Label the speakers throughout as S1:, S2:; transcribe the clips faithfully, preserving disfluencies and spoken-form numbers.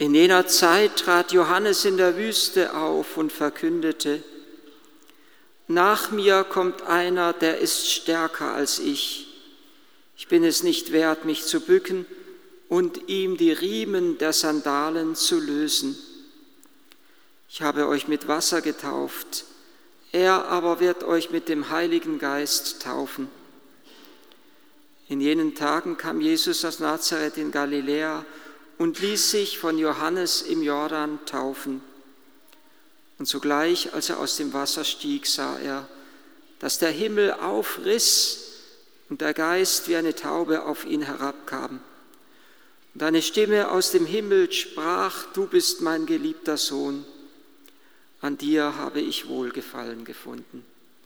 S1: In jener Zeit trat Johannes in der Wüste auf und verkündete: Nach mir kommt einer, der ist stärker als ich. Ich bin es nicht wert, mich zu bücken und ihm die Riemen der Sandalen zu lösen. Ich habe euch mit Wasser getauft, er aber wird euch mit dem Heiligen Geist taufen. In jenen Tagen kam Jesus aus Nazareth in Galiläa und ließ sich von Johannes im Jordan taufen. Und sogleich, als er aus dem Wasser stieg, sah er, dass der Himmel aufriss und der Geist wie eine Taube auf ihn herabkam. Und eine Stimme aus dem Himmel sprach: Du bist mein geliebter Sohn, an dir habe ich Wohlgefallen gefunden.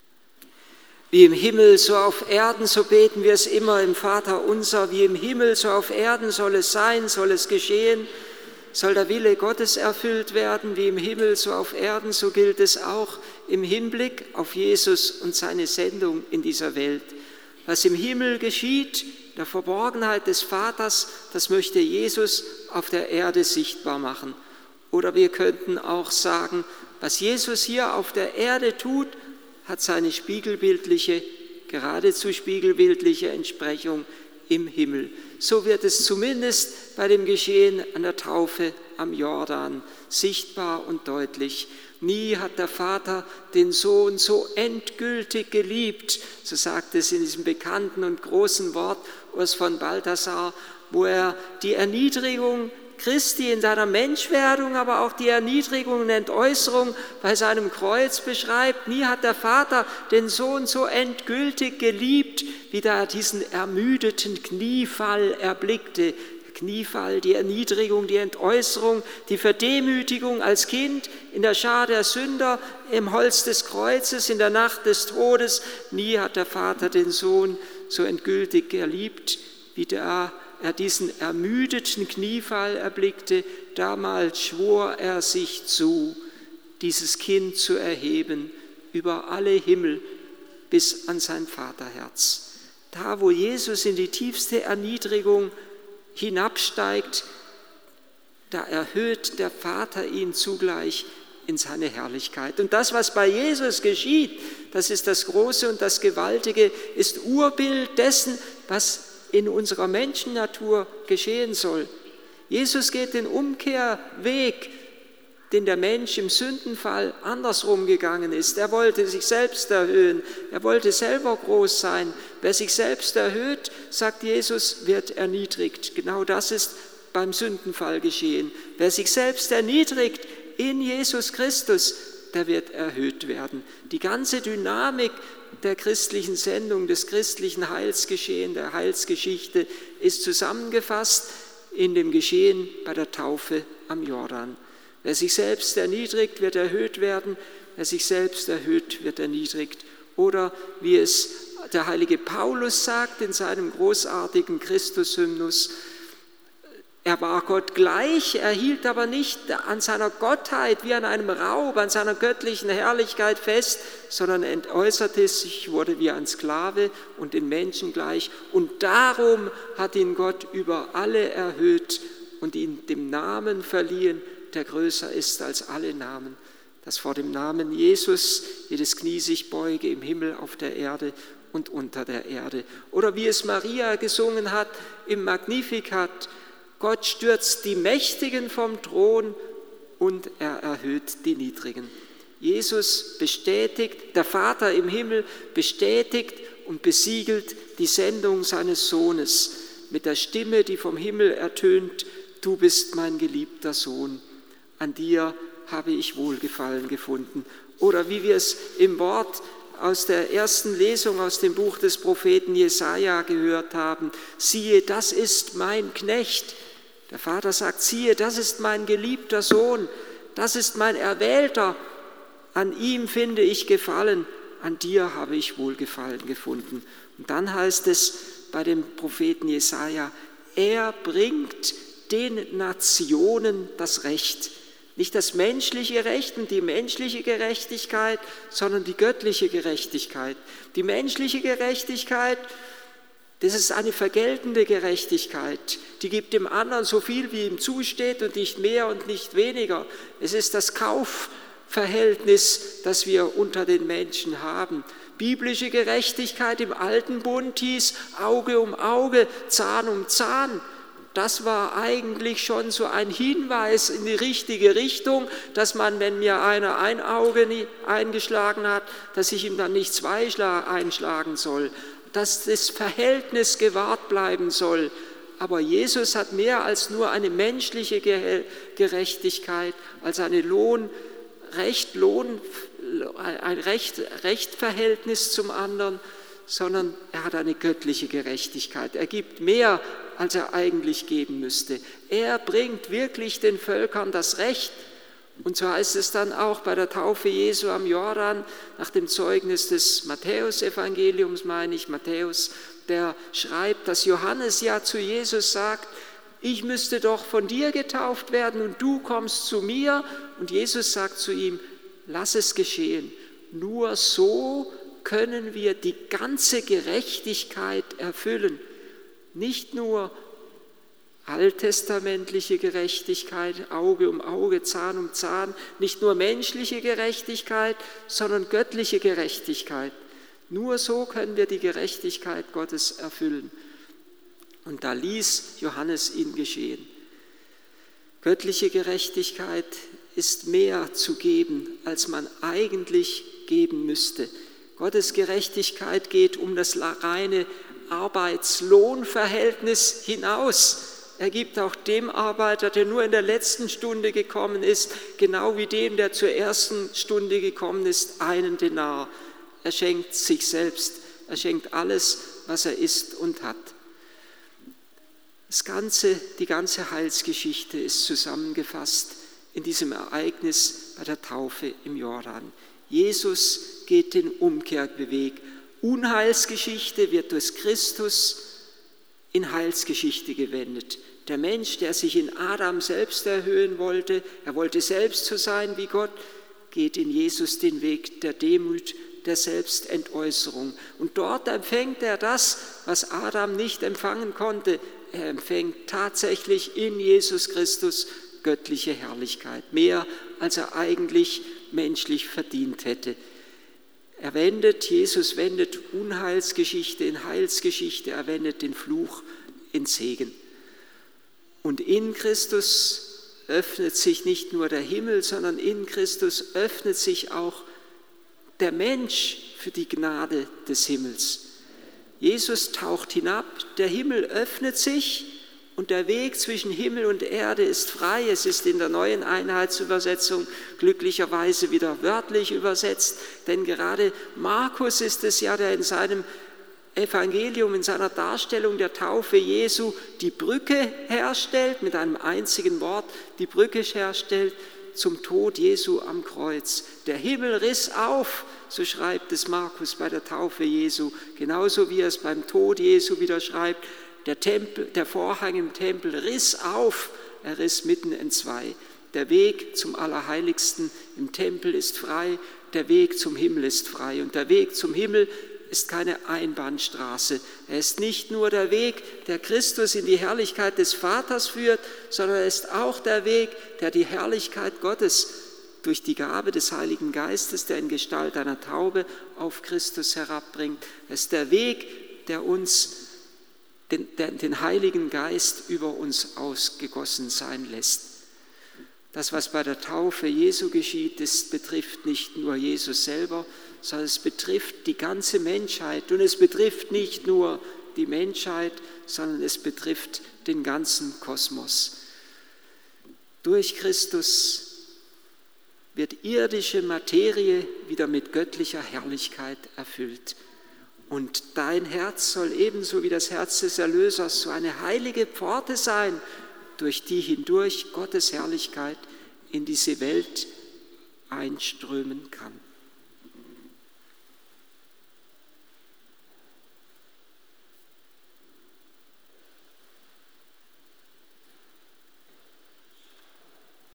S1: Wie im Himmel, so auf Erden, so beten wir es immer im Vater unser. Wie im Himmel, so auf Erden soll es sein, soll es geschehen, soll der Wille Gottes erfüllt werden. Wie im Himmel, so auf Erden, so gilt es auch im Hinblick auf Jesus und seine Sendung in dieser Welt. Was im Himmel geschieht, in der Verborgenheit des Vaters, das möchte Jesus auf der Erde sichtbar machen. Oder wir könnten auch sagen, was Jesus hier auf der Erde tut, hat seine spiegelbildliche, geradezu spiegelbildliche Entsprechung im Himmel. So wird es zumindest bei dem Geschehen an der Taufe am Jordan sichtbar und deutlich. Nie hat der Vater den Sohn so endgültig geliebt, so sagt es in diesem bekannten und großen Wort Urs von Balthasar, wo er die Erniedrigung Christi in seiner Menschwerdung, aber auch die Erniedrigung und Entäußerung bei seinem Kreuz beschreibt. Nie hat der Vater den Sohn so endgültig geliebt, wie da er diesen ermüdeten Kniefall erblickte. Der Kniefall, die Erniedrigung, die Entäußerung, die Verdemütigung als Kind in der Schar der Sünder, im Holz des Kreuzes, in der Nacht des Todes. Nie hat der Vater den Sohn so endgültig geliebt, wie da er diesen ermüdeten Kniefall erblickte. Damals schwor er sich zu, dieses Kind zu erheben über alle Himmel bis an sein Vaterherz. Da, wo Jesus in die tiefste Erniedrigung hinabsteigt, da erhöht der Vater ihn zugleich in seine Herrlichkeit. Und das, was bei Jesus geschieht, das ist das Große und das Gewaltige, ist Urbild dessen, was in unserer Menschennatur geschehen soll. Jesus geht den Umkehrweg, den der Mensch im Sündenfall andersrum gegangen ist. Er wollte sich selbst erhöhen, er wollte selber groß sein. Wer sich selbst erhöht, sagt Jesus, wird erniedrigt. Genau das ist beim Sündenfall geschehen. Wer sich selbst erniedrigt in Jesus Christus, der wird erhöht werden. Die ganze Dynamik der christlichen Sendung, des christlichen Heilsgeschehen, der Heilsgeschichte ist zusammengefasst in dem Geschehen bei der Taufe am Jordan. Wer sich selbst erniedrigt, wird erhöht werden. Wer sich selbst erhöht, wird erniedrigt. Oder wie es der heilige Paulus sagt in seinem großartigen Christus-Hymnus: Er war Gott gleich, er hielt aber nicht an seiner Gottheit wie an einem Raub, an seiner göttlichen Herrlichkeit fest, sondern entäußerte sich, wurde wie ein Sklave und den Menschen gleich. Und darum hat ihn Gott über alle erhöht und ihm dem Namen verliehen, der größer ist als alle Namen, dass vor dem Namen Jesus jedes Knie sich beuge im Himmel, auf der Erde und unter der Erde. Oder wie es Maria gesungen hat im Magnificat: Gott stürzt die Mächtigen vom Thron und er erhöht die Niedrigen. Jesus bestätigt, der Vater im Himmel bestätigt und besiegelt die Sendung seines Sohnes mit der Stimme, die vom Himmel ertönt: Du bist mein geliebter Sohn, an dir habe ich Wohlgefallen gefunden. Oder wie wir es im Wort aus der ersten Lesung aus dem Buch des Propheten Jesaja gehört haben: Siehe, das ist mein Knecht. Der Vater sagt: Siehe, das ist mein geliebter Sohn, das ist mein Erwählter, an ihm finde ich Gefallen, an dir habe ich Wohlgefallen gefunden. Und dann heißt es bei dem Propheten Jesaja: Er bringt den Nationen das Recht. Nicht das menschliche Recht und die menschliche Gerechtigkeit, sondern die göttliche Gerechtigkeit. Die menschliche Gerechtigkeit Das ist eine vergeltende Gerechtigkeit. Die gibt dem anderen so viel, wie ihm zusteht und nicht mehr und nicht weniger. Es ist das Kaufverhältnis, das wir unter den Menschen haben. Biblische Gerechtigkeit im Alten Bund hieß Auge um Auge, Zahn um Zahn. Das war eigentlich schon so ein Hinweis in die richtige Richtung, dass man, wenn mir einer ein Auge eingeschlagen hat, dass ich ihm dann nicht zwei einschlagen soll, dass das Verhältnis gewahrt bleiben soll. Aber Jesus hat mehr als nur eine menschliche Gerechtigkeit, als eine Lohn, Recht, Lohn, ein Recht, Rechtverhältnis zum anderen, sondern er hat eine göttliche Gerechtigkeit. Er gibt mehr, als er eigentlich geben müsste. Er bringt wirklich den Völkern das Recht. Und so heißt es dann auch bei der Taufe Jesu am Jordan, nach dem Zeugnis des Matthäus-Evangeliums, meine ich, Matthäus, der schreibt, dass Johannes ja zu Jesus sagt, ich müsste doch von dir getauft werden und du kommst zu mir. Und Jesus sagt zu ihm, lass es geschehen. Nur so können wir die ganze Gerechtigkeit erfüllen. Nicht nur alttestamentliche Gerechtigkeit, Auge um Auge, Zahn um Zahn, nicht nur menschliche Gerechtigkeit, sondern göttliche Gerechtigkeit. Nur so können wir die Gerechtigkeit Gottes erfüllen. Und da ließ Johannes ihn geschehen. Göttliche Gerechtigkeit ist mehr zu geben, als man eigentlich geben müsste. Gottes Gerechtigkeit geht um das reine Arbeitslohnverhältnis hinaus. Er gibt auch dem Arbeiter, der nur in der letzten Stunde gekommen ist, genau wie dem, der zur ersten Stunde gekommen ist, einen Denar. Er schenkt sich selbst, er schenkt alles, was er ist und hat. Das ganze, die ganze Heilsgeschichte ist zusammengefasst in diesem Ereignis bei der Taufe im Jordan. Jesus geht den Umkehrweg. Unheilsgeschichte wird durch Christus in Heilsgeschichte gewendet. Der Mensch, der sich in Adam selbst erhöhen wollte, er wollte selbst so sein wie Gott, geht in Jesus den Weg der Demut, der Selbstentäußerung. Und dort empfängt er das, was Adam nicht empfangen konnte. Er empfängt tatsächlich in Jesus Christus göttliche Herrlichkeit, mehr als er eigentlich menschlich verdient hätte. Er wendet, Jesus wendet Unheilsgeschichte in Heilsgeschichte, er wendet den Fluch in Segen. Und in Christus öffnet sich nicht nur der Himmel, sondern in Christus öffnet sich auch der Mensch für die Gnade des Himmels. Jesus taucht hinab, der Himmel öffnet sich und der Weg zwischen Himmel und Erde ist frei. Es ist in der neuen Einheitsübersetzung glücklicherweise wieder wörtlich übersetzt, denn gerade Markus ist es ja, der in seinem Evangelium, in seiner Darstellung der Taufe Jesu die Brücke herstellt, mit einem einzigen Wort die Brücke herstellt zum Tod Jesu am Kreuz. Der Himmel riss auf, so schreibt es Markus bei der Taufe Jesu, genauso wie er es beim Tod Jesu wieder schreibt. Der, Tempel, der Vorhang im Tempel riss auf, er riss mitten entzwei. Der Weg zum Allerheiligsten im Tempel ist frei, der Weg zum Himmel ist frei. Und der Weg zum Himmel ist keine Einbahnstraße. Er ist nicht nur der Weg, der Christus in die Herrlichkeit des Vaters führt, sondern er ist auch der Weg, der die Herrlichkeit Gottes durch die Gabe des Heiligen Geistes, der in Gestalt einer Taube auf Christus herabbringt. Er ist der Weg, der uns Den, den, den Heiligen Geist über uns ausgegossen sein lässt. Das, was bei der Taufe Jesu geschieht, das betrifft nicht nur Jesus selber, sondern es betrifft die ganze Menschheit. Und es betrifft nicht nur die Menschheit, sondern es betrifft den ganzen Kosmos. Durch Christus wird irdische Materie wieder mit göttlicher Herrlichkeit erfüllt. Und dein Herz soll ebenso wie das Herz des Erlösers so eine heilige Pforte sein, durch die hindurch Gottes Herrlichkeit in diese Welt einströmen kann.